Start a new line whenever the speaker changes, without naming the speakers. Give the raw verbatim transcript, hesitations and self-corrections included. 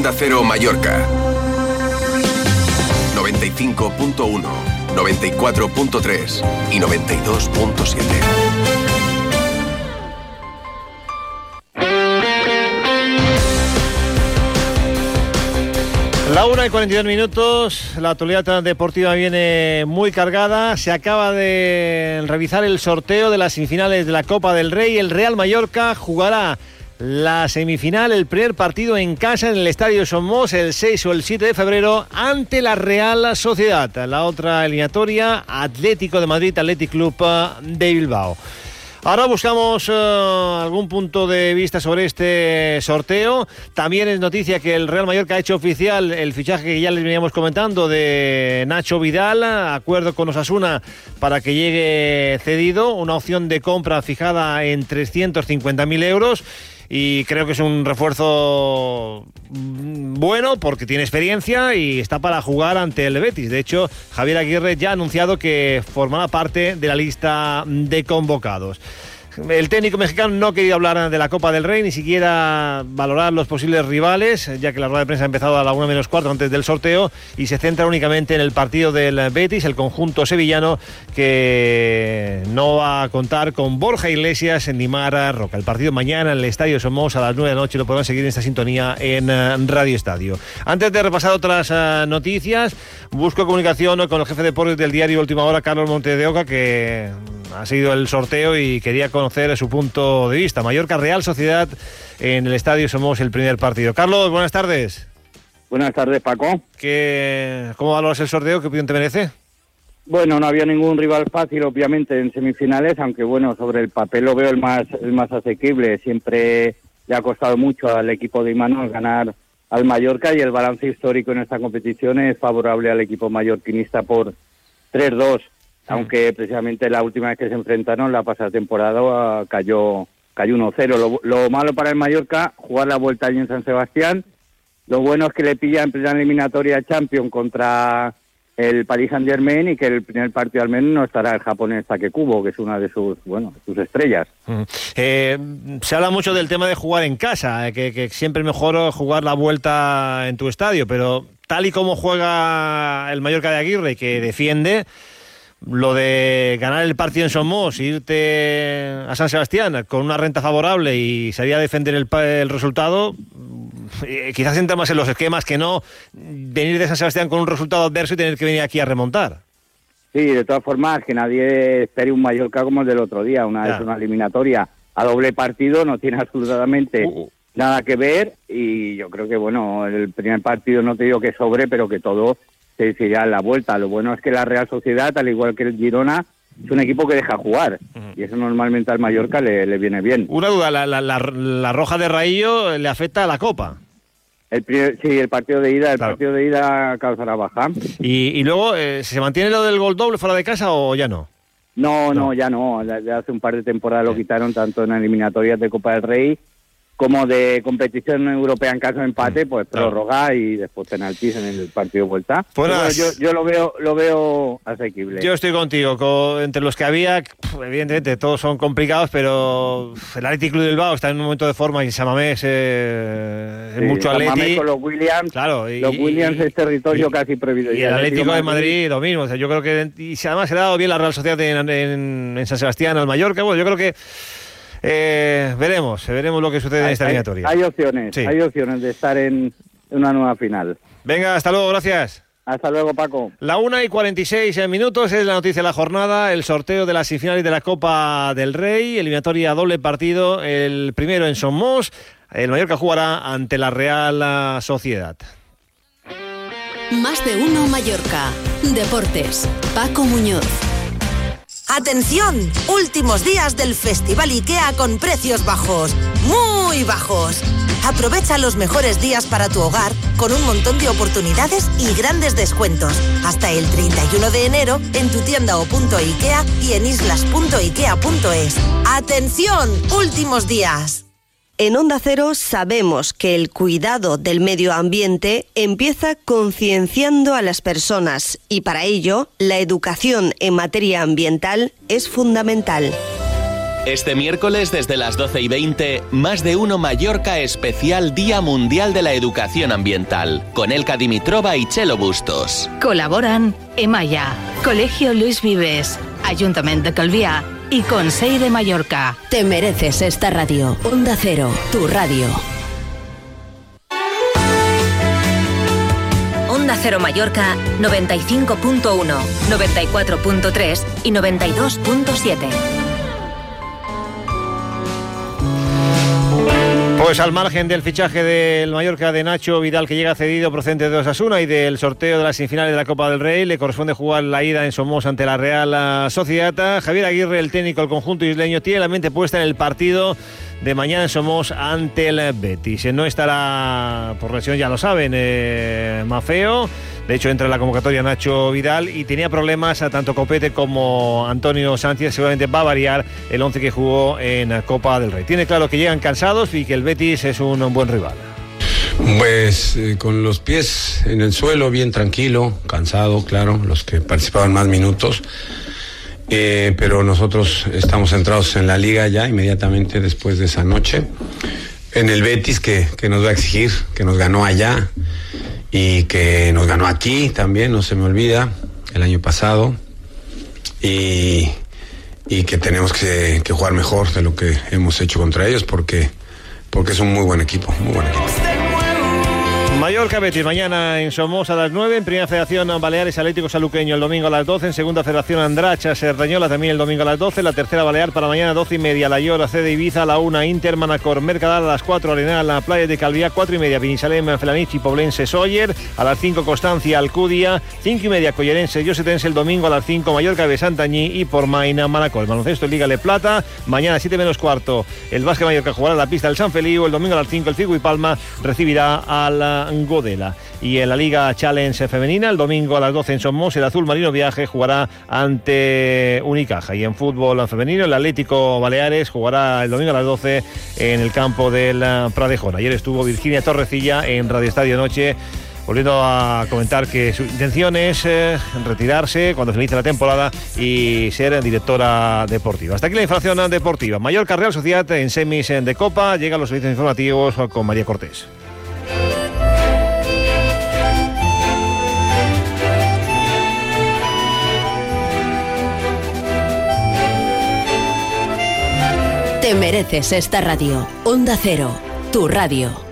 Onda Cero Mallorca. noventa y cinco punto uno, noventa y cuatro punto tres y noventa y dos punto siete.
La una y cuarenta y dos minutos, la actualidad deportiva viene muy cargada. Se acaba de revisar el sorteo de las semifinales de la Copa del Rey. El Real Mallorca jugará la semifinal, el primer partido en casa en el Estadio Somos el seis o el siete de febrero ante la Real Sociedad. La otra eliminatoria, Atlético de Madrid, Athletic Club de Bilbao. Ahora buscamos uh, algún punto de vista sobre este sorteo. También es noticia que el Real Mallorca ha hecho oficial el fichaje que ya les veníamos comentando de Nacho Vidal, acuerdo con Osasuna para que llegue cedido, una opción de compra fijada en trescientos cincuenta mil euros. Y creo que es un refuerzo bueno porque tiene experiencia y está para jugar ante el Betis. De hecho, Javier Aguirre ya ha anunciado que formará parte de la lista de convocados. El técnico mexicano no quería hablar de la Copa del Rey, ni siquiera valorar los posibles rivales, ya que la rueda de prensa ha empezado a la una menos cuarto antes del sorteo y se centra únicamente en el partido del Betis, el conjunto sevillano, que no va a contar con Borja Iglesias ni Mara Roca. El partido mañana en el Estadio Somos a las nueve de la noche, lo podrán seguir en esta sintonía en Radio Estadio. Antes de repasar otras uh, noticias, busco comunicación con el jefe de deportes del diario Última Hora, Carlos Montes de Oca, que ha seguido el sorteo y quería conocer su punto de vista. Mallorca Real Sociedad en el Estadio Somos el primer partido. Carlos, buenas tardes.
Buenas tardes, Paco.
¿Qué, ¿Cómo valoras el sorteo? ¿Qué opinión te merece?
Bueno, no había ningún rival fácil, obviamente, en semifinales, aunque bueno, sobre el papel lo veo el más el más asequible. Siempre le ha costado mucho al equipo de Imanol ganar al Mallorca y el balance histórico en esta competición es favorable al equipo mallorquinista por tres dos. Aunque precisamente la última vez que se enfrentaron, la pasada temporada, uh, cayó cayó uno cero. Lo, lo malo para el Mallorca, jugar la vuelta allí en San Sebastián. Lo bueno es que le pilla en plena eliminatoria Champions contra el Paris Saint-Germain y que el primer partido al menos no estará el japonés Take Kubo, que es una de sus bueno sus estrellas.
Mm. Eh, se habla mucho del tema de jugar en casa, eh, que, que siempre es mejor jugar la vuelta en tu estadio, pero tal y como juega el Mallorca de Aguirre, que defiende, lo de ganar el partido en Somos, irte a San Sebastián con una renta favorable y salir a defender el, el resultado, eh, quizás entra más en los esquemas que no venir de San Sebastián con un resultado adverso y tener que venir aquí a remontar.
Sí, de todas formas, que nadie espere un Mallorca como el del otro día, una, es una eliminatoria a doble partido, no tiene absolutamente uh. nada que ver y yo creo que, bueno, el primer partido no te digo que sobre, pero que todo se decidirá en la vuelta. Lo bueno es que la Real Sociedad, al igual que el Girona, es un equipo que deja jugar uh-huh. y eso normalmente al Mallorca le, le viene bien.
Una duda, la, la, la, la roja de Raillo le afecta a la Copa.
El primer, sí, el partido de ida, el claro. partido de ida causará baja.
Y, y luego, eh, ¿se mantiene lo del gol doble fuera de casa o ya no?
No, no, no ya no. Ya hace un par de temporadas sí. lo quitaron tanto en eliminatorias de Copa del Rey como de competición europea en caso de empate, pues prórroga y después penaltis en el partido de vuelta.
Pues
bueno, yo, yo lo veo lo veo asequible.
Yo estoy contigo. Con, entre los que había, evidentemente todos son complicados, pero el Athletic Club de Bilbao está en un momento de forma y San Mamés eh, es sí, mucho Athletic. San Mamés
con los Williams,
claro, y,
los Williams y, es territorio y, casi prohibido.
Y, y el Atlético, Atlético de Madrid, Madrid lo mismo. O sea, yo creo que y además se le ha dado bien la Real Sociedad en, en, en San Sebastián al Mallorca. Bueno, yo creo que Eh, veremos, veremos lo que sucede hay, en esta eliminatoria.
Hay opciones, sí. hay opciones de estar en una nueva final.
Venga, hasta luego, gracias.
Hasta luego, Paco.
La una y cuarenta y seis minutos es la noticia de la jornada, el sorteo de las semifinales de la Copa del Rey, eliminatoria doble partido, el primero en Somos, el Mallorca jugará ante la Real Sociedad.
Más de uno Mallorca, Deportes, Paco Muñoz.
¡Atención! Últimos días del Festival IKEA con precios bajos, muy bajos. Aprovecha los mejores días para tu hogar con un montón de oportunidades y grandes descuentos. Hasta el treinta y uno de enero en tu tienda o punto IKEA y en islas punto ikea punto es. ¡Atención! Últimos días.
En Onda Cero sabemos que el cuidado del medio ambiente empieza concienciando a las personas y para ello la educación en materia ambiental es fundamental.
Este miércoles desde las doce y veinte, Más de Uno Mallorca especial Día Mundial de la Educación Ambiental, con Elka Dimitrova y Chelo Bustos.
Colaboran Emaya, Colegio Luis Vives, Ayuntamiento de Calviá y Consell de Mallorca.
Te mereces esta radio. Onda Cero, tu radio.
Onda Cero Mallorca noventa y cinco punto uno, noventa y cuatro punto tres y noventa y dos punto siete.
Pues al margen del fichaje del Mallorca de Nacho Vidal, que llega cedido procedente de Osasuna, y del sorteo de las semifinales de la Copa del Rey, le corresponde jugar la ida en Somos ante la Real Sociedad. Javier Aguirre, el técnico del conjunto isleño, tiene la mente puesta en el partido de mañana en Somos ante el Betis. No estará por lesión, ya lo saben, eh, Mafeo. De hecho, entra en la convocatoria Nacho Vidal y tenía problemas a tanto Copete como Antonio Sánchez. Seguramente va a variar el once que jugó en la Copa del Rey. Tiene claro que llegan cansados y que el Betis es un, un buen rival.
Pues eh, con los pies en el suelo, bien tranquilo, cansado, claro, los que participaban más minutos. Eh, pero nosotros estamos centrados en la liga ya inmediatamente después de esa noche. En el Betis que, que nos va a exigir, que nos ganó allá y que nos ganó aquí también, no se me olvida, el año pasado. Y, y que tenemos que, que jugar mejor de lo que hemos hecho contra ellos porque, porque es un muy buen equipo, muy buen equipo.
Mallorca Betis mañana en Somos a las nueve, en Primera Federación Baleares Atlético Saluqueño el domingo a las doce, en Segunda Federación Andracha Serrañola también el domingo a las doce, la tercera Balear para mañana doce y media, La Llora C de Ibiza a la una, Inter Manacor Mercadal a las cuatro, Arenal la Playa de Calviá cuatro y media, Binissalem Felanich y Poblense Sóller a las cinco, Constancia Alcudia cinco y media, Collerense Llosetense el domingo a las cinco, Mallorca de Santañí y Pormaina Manacor. Baloncesto Liga Le Plata mañana siete menos cuarto, el Básquet Mallorca jugará la pista del San Feliu, el domingo a las cinco el Figu y Palma recibirá a la Godela. Y en la Liga Challenge femenina, el domingo a las doce en Somos, el Azul Marino Viaje jugará ante Unicaja. Y en fútbol femenino, el Atlético Baleares jugará el domingo a las doce en el campo del Pradejón. Ayer estuvo Virginia Torrecilla en Radio Estadio Noche, volviendo a comentar que su intención es eh, retirarse cuando finalice la temporada y ser directora deportiva. Hasta aquí la información deportiva. Mallorca Real Sociedad en semis de Copa. Llegan los servicios informativos con María Cortés.
Te mereces esta radio. Onda Cero, tu radio.